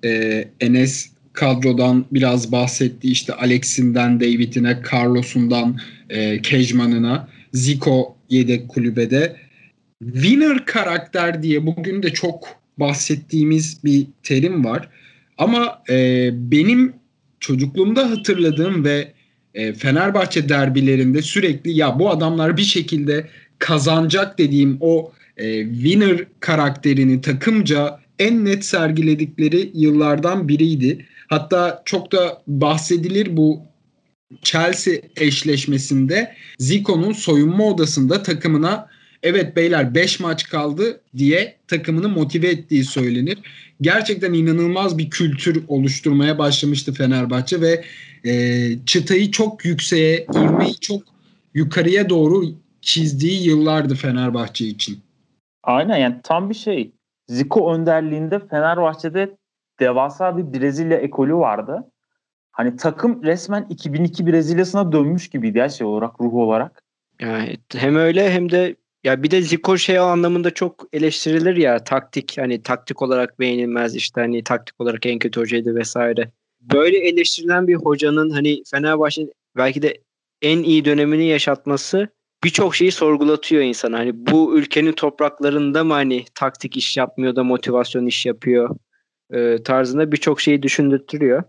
Enes kadrodan biraz bahsetti. İşte Alex'inden, David'ine, Carlos'undan, Kejman'ına, Zico yedek kulübede. Winner karakter diye bugün de çok bahsettiğimiz bir terim var. Ama benim çocukluğumda hatırladığım ve Fenerbahçe derbilerinde sürekli ya bu adamlar bir şekilde kazanacak dediğim o winner karakterini takımca en net sergiledikleri yıllardan biriydi. Hatta çok da bahsedilir bu Chelsea eşleşmesinde Zico'nun soyunma odasında takımına evet beyler 5 maç kaldı diye takımını motive ettiği söylenir. Gerçekten inanılmaz bir kültür oluşturmaya başlamıştı Fenerbahçe ve çıtayı çok yükseğe, ivmeyi çok yukarıya doğru çizdiği yıllardı Fenerbahçe için. Aynen, yani tam bir şey. Zico önderliğinde Fenerbahçe'de devasa bir Brezilya ekolü vardı. Hani takım resmen 2002 Brezilya'sına dönmüş gibiydi ya, şey olarak, ruh olarak. Yani hem öyle hem de ya bir de Zico şey anlamında çok eleştirilir ya, taktik, hani taktik olarak beğenilmez, işte hani taktik olarak en kötü hocaydı vesaire. Böyle eleştirilen bir hocanın hani Fenerbahçe'nin belki de en iyi dönemini yaşatması birçok şeyi sorgulatıyor insana. Hani bu ülkenin topraklarında mı hani taktik iş yapmıyor da motivasyon iş yapıyor tarzında birçok şeyi düşündürtüyor.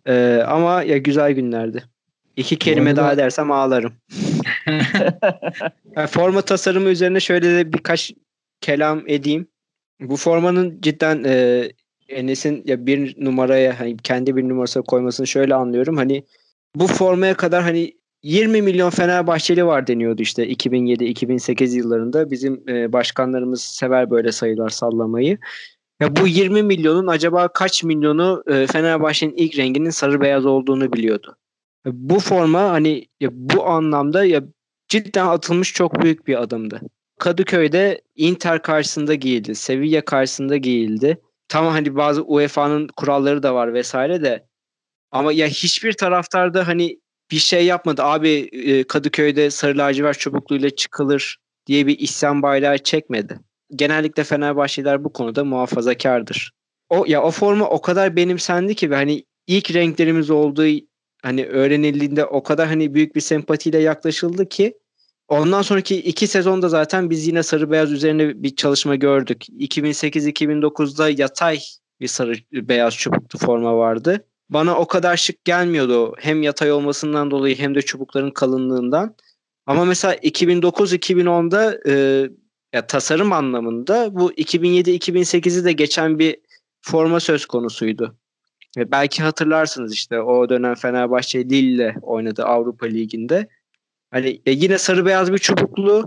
Ama ya güzel günlerdi. İki kelime arada... daha dersem ağlarım. Yani forma tasarımı üzerine şöyle de birkaç kelam edeyim. Bu formanın cidden Enes'in ya bir numaraya, hani kendi bir numarasına koymasını şöyle anlıyorum. Hani bu formaya kadar hani 20 milyon Fenerbahçeli var deniyordu işte 2007-2008 yıllarında. Bizim başkanlarımız sever böyle sayılar sallamayı. Ya bu 20 milyonun acaba kaç milyonu Fenerbahçe'nin ilk renginin sarı beyaz olduğunu biliyordu. Bu forma hani ya bu anlamda ya cidden atılmış çok büyük bir adımdı. Kadıköy'de Inter karşısında giyildi. Sevilla karşısında giyildi. Tamam, hani bazı UEFA'nın kuralları da var vesaire de. Ama ya hiçbir taraftar da hani bir şey yapmadı. Abi Kadıköy'de sarı lacivert çubukluğuyla çıkılır diye bir isyan bayrağı çekmedi. Genellikle Fenerbahçeliler bu konuda muhafazakardır. O forma o kadar benimsendi ki ve hani ilk renklerimiz olduğu hani öğrenildiğinde o kadar hani büyük bir sempatiyle yaklaşıldı ki ondan sonraki 2 sezonda zaten biz yine sarı beyaz üzerine bir çalışma gördük. 2008-2009'da yatay bir sarı beyaz çubuklu forma vardı. Bana o kadar şık gelmiyordu. Hem yatay olmasından dolayı hem de çubukların kalınlığından. Ama mesela 2009-2010'da ya tasarım anlamında bu 2007-2008'i de geçen bir forma söz konusuydu. Ve belki hatırlarsınız işte o dönem Fenerbahçe Lille'le oynadı Avrupa Ligi'nde. Hani yine sarı beyaz bir çubuklu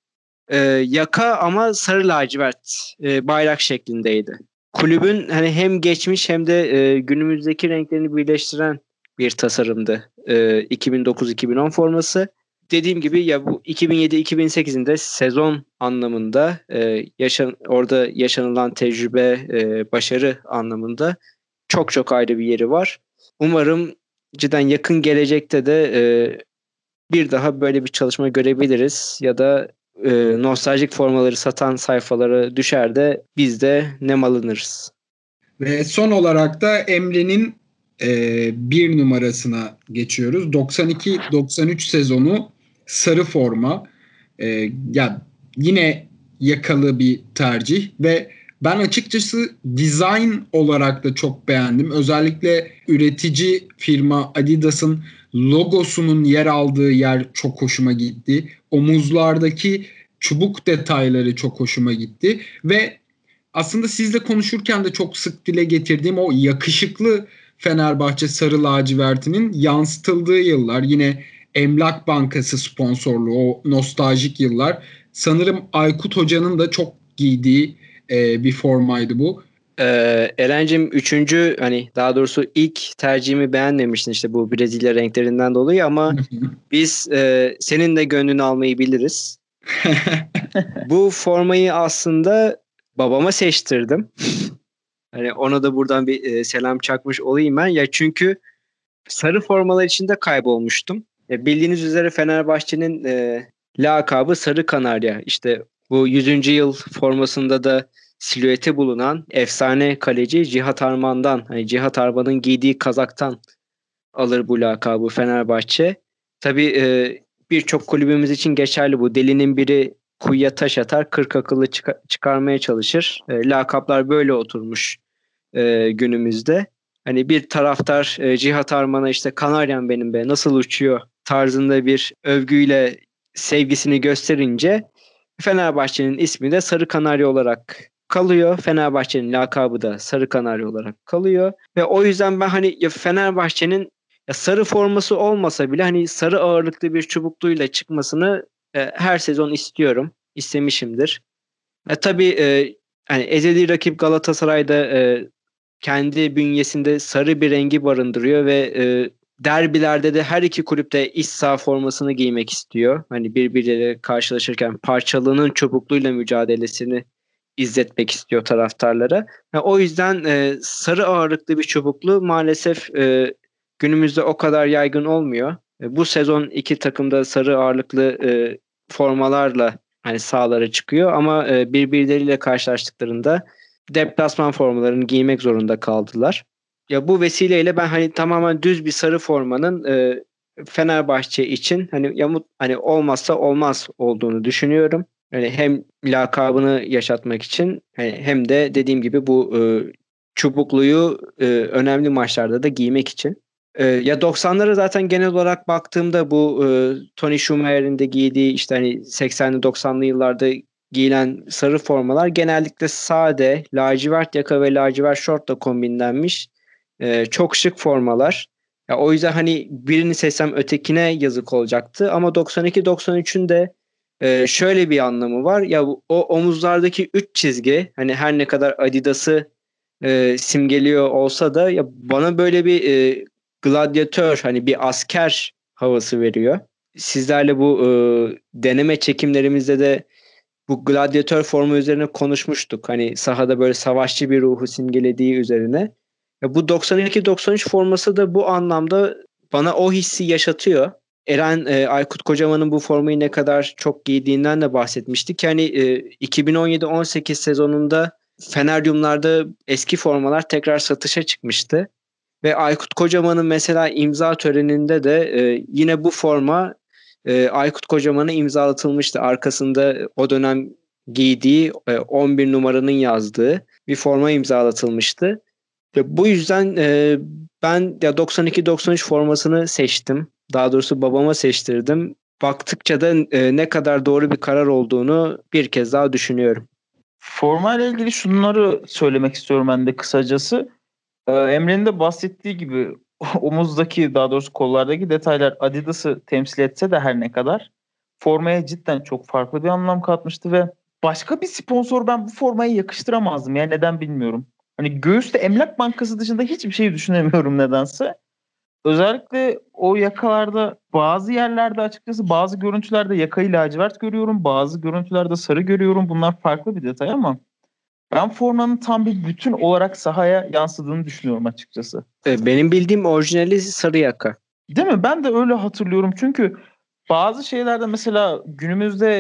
yaka ama sarı lacivert bayrak şeklindeydi. Kulübün hani hem geçmiş hem de günümüzdeki renklerini birleştiren bir tasarımdı 2009-2010 forması. Dediğim gibi ya bu 2007-2008'in de sezon anlamında orada yaşanılan tecrübe, başarı anlamında çok çok ayrı bir yeri var. Umarım cidden yakın gelecekte de bir daha böyle bir çalışma görebiliriz ya da nostaljik formaları satan sayfalara düşer de biz de nem alınırız. Ve son olarak da Emre'nin 1 numarasına geçiyoruz. 92-93 sezonu sarı forma. Ya yine yakalı bir tercih ve ben açıkçası design olarak da çok beğendim. Özellikle üretici firma Adidas'ın logosunun yer aldığı yer çok hoşuma gitti. Omuzlardaki çubuk detayları çok hoşuma gitti ve aslında sizle konuşurken de çok sık dile getirdiğim o yakışıklı Fenerbahçe sarı lacivertinin yansıtıldığı yıllar, yine Emlak Bankası sponsorluğu, o nostaljik yıllar. Sanırım Aykut Hoca'nın da çok giydiği bir formaydı bu. Eren'cim 3. hani daha doğrusu ilk tercihimi beğenmemiştin işte bu Brezilya renklerinden dolayı ama biz senin de gönlünü almayı biliriz. Bu formayı aslında babama seçtirdim. Hani ona da buradan bir selam çakmış olayım ben. Ya çünkü sarı formalar içinde kaybolmuştum. Bildiğiniz üzere Fenerbahçe'nin lakabı Sarı Kanarya. İşte bu 100. yıl formasında da silüeti bulunan efsane kaleci Cihat Arman'dan, hani Cihat Arman'ın giydiği kazaktan alır bu lakabı Fenerbahçe. Tabii birçok kulübümüz için geçerli bu. Delinin biri kuyuya taş atar, 40 akıllı çıkarmaya çalışır. Lakaplar böyle oturmuş günümüzde. Hani bir taraftar Cihat Arman'a işte Kanaryam benim be nasıl uçuyor tarzında bir övgüyle sevgisini gösterince Fenerbahçe'nin ismi de Sarı Kanarya olarak kalıyor. Fenerbahçe'nin lakabı da Sarı Kanarya olarak kalıyor. Ve o yüzden ben hani ya Fenerbahçe'nin ya sarı forması olmasa bile hani sarı ağırlıklı bir çubukluyla çıkmasını her sezon istiyorum. İstemişimdir. Tabii hani ezeli rakip Galatasaray'da kendi bünyesinde sarı bir rengi barındırıyor ve derbilerde de her iki kulüpte iç saha formasını giymek istiyor. Hani birbirleriyle karşılaşırken parçalının çubukluyla mücadelesini izletmek istiyor taraftarlara. O yüzden sarı ağırlıklı bir çubuklu maalesef günümüzde o kadar yaygın olmuyor. Bu sezon iki takım da sarı ağırlıklı formalarla hani sahalara çıkıyor ama birbirleriyle karşılaştıklarında deplasman formalarını giymek zorunda kaldılar. Ya bu vesileyle ben hani tamamen düz bir sarı formanın Fenerbahçe için hani olmazsa olmaz olduğunu düşünüyorum. Yani hem lakabını yaşatmak için hem de dediğim gibi bu çubukluyu önemli maçlarda da giymek için. Ya 90'lara zaten genel olarak baktığımda bu Tony Schumacher'in de giydiği işte hani 80'li 90'lı yıllarda giyilen sarı formalar genellikle sade, lacivert yaka ve lacivert şortla kombinlenmiş çok şık formalar. Ya o yüzden hani birini seçsem ötekine yazık olacaktı ama 92-93'ün de şöyle bir anlamı var. Ya o omuzlardaki 3 çizgi hani her ne kadar Adidas'ı simgeliyor olsa da ya bana böyle bir gladyatör hani bir asker havası veriyor. Sizlerle bu deneme çekimlerimizde de bu gladyatör formu üzerine konuşmuştuk. Hani sahada böyle savaşçı bir ruhu simgelediği üzerine. Ya bu 92-93 forması da bu anlamda bana o hissi yaşatıyor. Eren Aykut Kocaman'ın bu formayı ne kadar çok giydiğinden de bahsetmiştik. Yani 2017-18 sezonunda Feneryumlarda eski formalar tekrar satışa çıkmıştı. Ve Aykut Kocaman'ın mesela imza töreninde de yine bu forma Aykut Kocaman'a imzalatılmıştı. Arkasında o dönem giydiği 11 numaranın yazdığı bir forma imzalatılmıştı. Bu yüzden ben ya 92-93 formasını seçtim. Daha doğrusu babama seçtirdim. Baktıkça da ne kadar doğru bir karar olduğunu bir kez daha düşünüyorum. Formayla ilgili şunları söylemek istiyorum ben de kısacası. Emre'nin de bahsettiği gibi omuzdaki daha doğrusu kollardaki detaylar Adidas'ı temsil etse de her ne kadar formaya cidden çok farklı bir anlam katmıştı ve başka bir sponsor ben bu formayı yakıştıramazdım. Yani neden bilmiyorum. Hani göğüste Emlak Bankası dışında hiçbir şey düşünemiyorum nedense. Özellikle o yakalarda bazı yerlerde açıkçası bazı görüntülerde yakayı lacivert görüyorum. Bazı görüntülerde sarı görüyorum. Bunlar farklı bir detay ama ben formanın tam bir bütün olarak sahaya yansıdığını düşünüyorum açıkçası. Benim bildiğim orijinali sarı yaka. Değil mi? Ben de öyle hatırlıyorum. Çünkü bazı şeylerde mesela günümüzde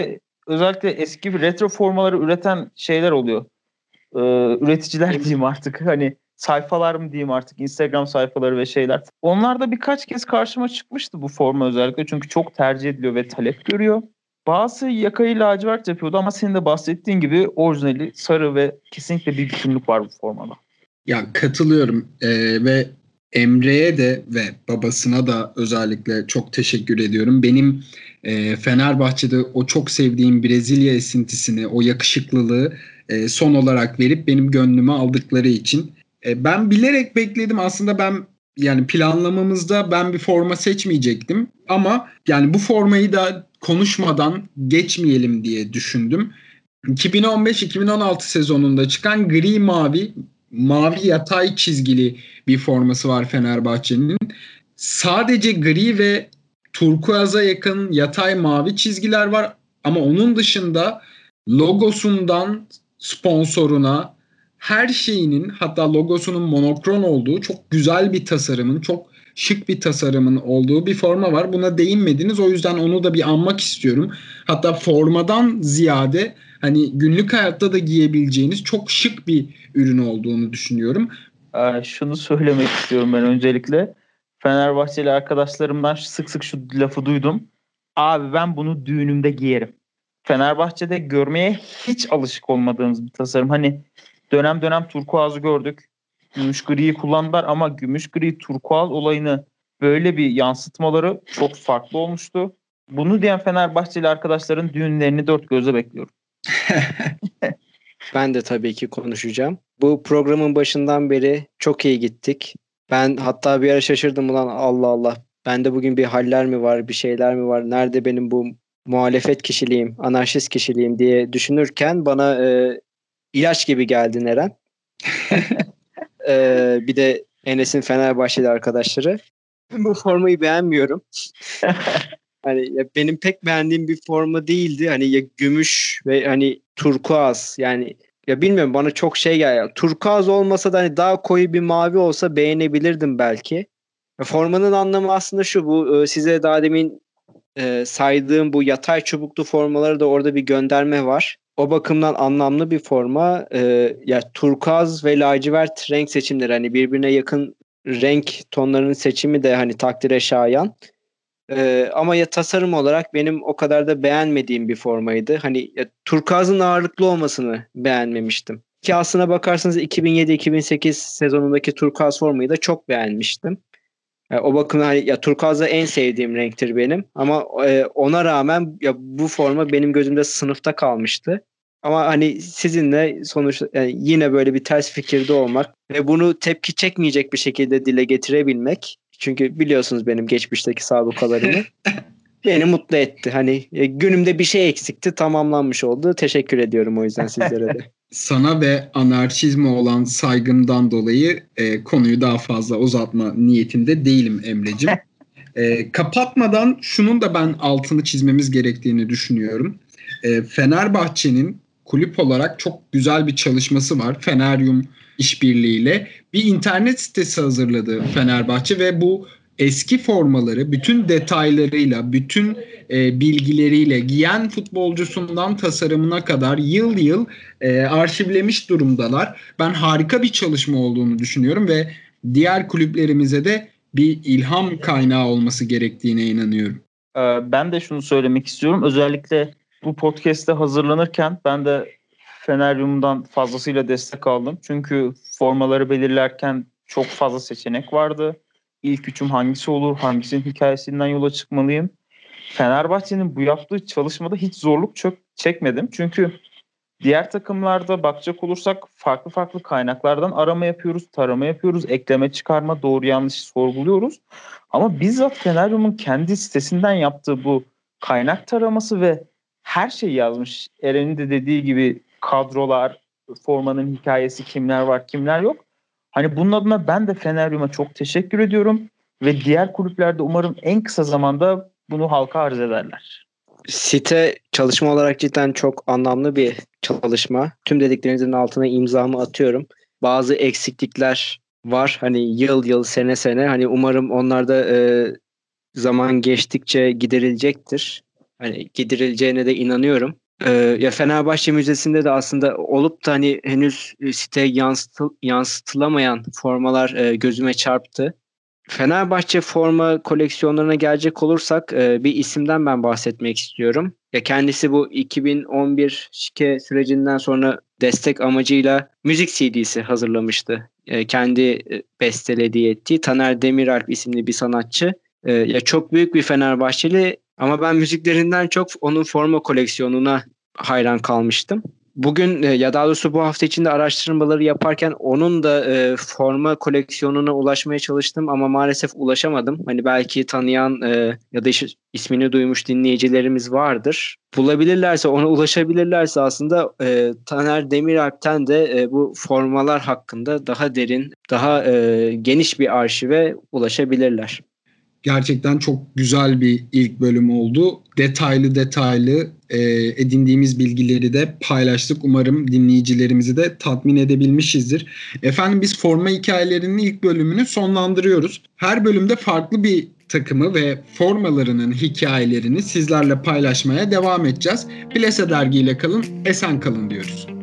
özellikle eski retro formaları üreten şeyler oluyor. Üreticiler diyeyim artık. Hani sayfalar mı diyeyim artık, Instagram sayfaları ve şeyler. Onlarda birkaç kez karşıma çıkmıştı bu forma özellikle. Çünkü çok tercih ediliyor ve talep görüyor. Bazı yakayı lacivert yapıyordu ama senin de bahsettiğin gibi orijinali sarı ve kesinlikle bir bütünlük var bu formada. Ya katılıyorum ve Emre'ye de ve babasına da özellikle çok teşekkür ediyorum. Benim Fenerbahçe'de o çok sevdiğim Brezilya esintisini, o yakışıklılığı son olarak verip benim gönlümü aldıkları için. Ben bilerek bekledim. Aslında ben yani planlamamızda ben bir forma seçmeyecektim. Ama yani bu formayı da konuşmadan geçmeyelim diye düşündüm. 2015-2016 sezonunda çıkan gri mavi yatay çizgili bir forması var Fenerbahçe'nin. Sadece gri ve turkuaza yakın yatay mavi çizgiler var ama onun dışında logosundan sponsoruna her şeyinin, hatta logosunun monokrom olduğu çok güzel bir tasarımın, çok şık bir tasarımın olduğu bir forma var. Buna değinmediniz, o yüzden onu da bir anmak istiyorum. Hatta formadan ziyade hani günlük hayatta da giyebileceğiniz çok şık bir ürün olduğunu düşünüyorum. Şunu söylemek istiyorum ben öncelikle. Fenerbahçeli arkadaşlarımdan sık sık şu lafı duydum. Abi ben bunu düğünümde giyerim. Fenerbahçe'de görmeye hiç alışık olmadığımız bir tasarım. Hani dönem dönem turkuazı gördük. Gümüş griyi kullandılar ama gümüş gri turkuaz olayını böyle bir yansıtmaları çok farklı olmuştu. Bunu diyen Fenerbahçeli arkadaşların düğünlerini dört gözle bekliyorum. Ben de tabii ki konuşacağım. Bu programın başından beri çok iyi gittik. Ben hatta bir ara şaşırdım, ulan Allah Allah. Bende bugün bir haller mi var, bir şeyler mi var? Nerede benim bu muhalefet kişiliğim, anarşist kişiliğim diye düşünürken bana ilaç gibi geldin Eren. Bir de Enes'in Fenerbahçeli arkadaşları. Bu formayı beğenmiyorum. Hani ya benim pek beğendiğim bir forma değildi. Hani ya gümüş ve hani turkuaz, yani ya bilmiyorum, bana çok şey geldi. Turkuaz olmasa da hani daha koyu bir mavi olsa beğenebilirdim belki. Formanın anlamı aslında şu, bu size daha demin saydığım bu yatay çubuklu formaları da orada bir gönderme var. O bakımdan anlamlı bir forma. Ya turkuaz ve lacivert renk seçimleri, hani birbirine yakın renk tonlarının seçimi de hani takdire şayan. Ama ya tasarım olarak benim o kadar da beğenmediğim bir formaydı. Hani ya, turkuazın ağırlıklı olmasını beğenmemiştim. Ki aslına bakarsanız 2007-2008 sezonundaki turkuaz formayı da çok beğenmiştim. O bakımdan hani, ya turkuaz da en sevdiğim renktir benim. Ama ona rağmen ya bu forma benim gözümde sınıfta kalmıştı. Ama hani sizinle sonuçta yani yine böyle bir ters fikirde olmak ve bunu tepki çekmeyecek bir şekilde dile getirebilmek. Çünkü biliyorsunuz benim geçmişteki sabıkalarımı. Beni mutlu etti. Hani günümde bir şey eksikti, tamamlanmış oldu. Teşekkür ediyorum o yüzden sizlere de. Sana ve anarşizme olan saygımdan dolayı konuyu daha fazla uzatma niyetinde değilim Emre'cim. Kapatmadan şunun da ben altını çizmemiz gerektiğini düşünüyorum. Fenerbahçe'nin kulüp olarak çok güzel bir çalışması var. Feneryum işbirliğiyle bir internet sitesi hazırladı Fenerbahçe ve bu eski formaları bütün detaylarıyla, bütün bilgileriyle giyen futbolcusundan tasarımına kadar yıl yıl arşivlemiş durumdalar. Ben harika bir çalışma olduğunu düşünüyorum ve diğer kulüplerimize de bir ilham kaynağı olması gerektiğine inanıyorum. Ben de şunu söylemek istiyorum. Özellikle bu podcast'te hazırlanırken ben de Feneryum'dan fazlasıyla destek aldım. Çünkü formaları belirlerken çok fazla seçenek vardı. İlk üçüm hangisi olur, hangisinin hikayesinden yola çıkmalıyım. Fenerbahçe'nin bu yaptığı çalışmada hiç zorluk çekmedim. Çünkü diğer takımlarda bakacak olursak farklı farklı kaynaklardan arama yapıyoruz, tarama yapıyoruz, ekleme çıkarma, doğru yanlışı sorguluyoruz. Ama bizzat Feneryum'un kendi sitesinden yaptığı bu kaynak taraması ve her şeyi yazmış. Eren'in de dediği gibi kadrolar, formanın hikayesi, kimler var, kimler yok. Hani bunun adına ben de Feneryum'a çok teşekkür ediyorum ve diğer kulüplerde umarım en kısa zamanda bunu halka arz ederler. Site çalışma olarak cidden çok anlamlı bir çalışma. Tüm dediklerinizin altına imzamı atıyorum. Bazı eksiklikler var. Hani yıl sene sene. Hani umarım onlar da zaman geçtikçe giderilecektir. Hani giderileceğine de inanıyorum. Ya Fenerbahçe Müzesi'nde de aslında olup da hani henüz siteye yansıtılamayan formalar gözüme çarptı. Fenerbahçe forma koleksiyonlarına gelecek olursak bir isimden ben bahsetmek istiyorum. Ya kendisi bu 2011 şike sürecinden sonra destek amacıyla müzik CD'si hazırlamıştı. Kendi bestelediği ettiği Taner Demiralp isimli bir sanatçı. Ya çok büyük bir Fenerbahçeli ama ben müziklerinden çok onun forma koleksiyonuna hayran kalmıştım. Bugün ya daha doğrusu bu hafta içinde araştırmaları yaparken onun da forma koleksiyonuna ulaşmaya çalıştım ama maalesef ulaşamadım. Hani belki tanıyan ya da ismini duymuş dinleyicilerimiz vardır. Bulabilirlerse, ona ulaşabilirlerse aslında Taner Demiralp'ten de bu formalar hakkında daha derin, daha geniş bir arşive ulaşabilirler. Gerçekten çok güzel bir ilk bölüm oldu. Detaylı edindiğimiz bilgileri de paylaştık. Umarım dinleyicilerimizi de tatmin edebilmişizdir. Efendim biz forma hikayelerinin ilk bölümünü sonlandırıyoruz. Her bölümde farklı bir takımı ve formalarının hikayelerini sizlerle paylaşmaya devam edeceğiz. Plase dergiyle kalın, esen kalın diyoruz.